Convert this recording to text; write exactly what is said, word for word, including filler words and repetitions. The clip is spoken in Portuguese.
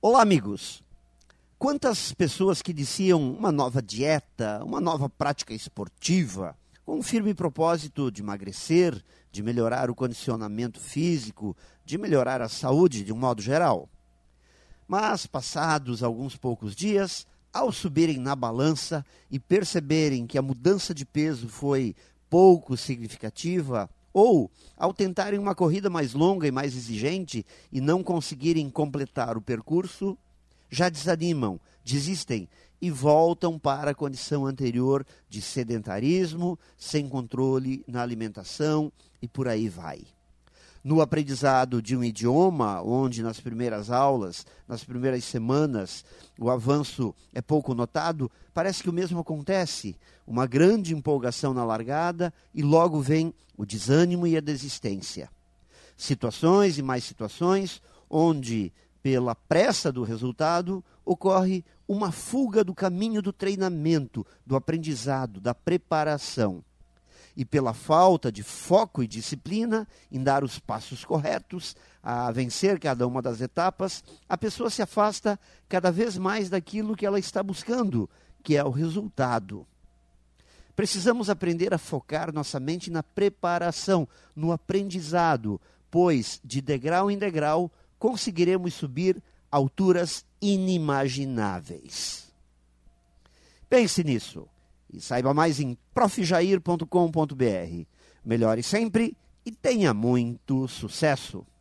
Olá, amigos! Quantas pessoas que diziam uma nova dieta, uma nova prática esportiva, com um firme propósito de emagrecer, de melhorar o condicionamento físico, de melhorar a saúde de um modo geral. Mas, passados alguns poucos dias, ao subirem na balança e perceberem que a mudança de peso foi pouco significativa, ou ao tentarem uma corrida mais longa e mais exigente e não conseguirem completar o percurso, já desanimam, desistem e voltam para a condição anterior de sedentarismo, sem controle na alimentação e por aí vai. No aprendizado de um idioma, onde nas primeiras aulas, nas primeiras semanas, o avanço é pouco notado, parece que o mesmo acontece. Uma grande empolgação na largada e logo vem o desânimo e a desistência. Situações e mais situações onde, pela pressa do resultado, ocorre uma fuga do caminho do treinamento, do aprendizado, da preparação. E pela falta de foco e disciplina em dar os passos corretos, a vencer cada uma das etapas, a pessoa se afasta cada vez mais daquilo que ela está buscando, que é o resultado. Precisamos aprender a focar nossa mente na preparação, no aprendizado, pois, de degrau em degrau, conseguiremos subir alturas inimagináveis. Pense nisso. E saiba mais em prof jair ponto com ponto br. Melhore sempre e tenha muito sucesso!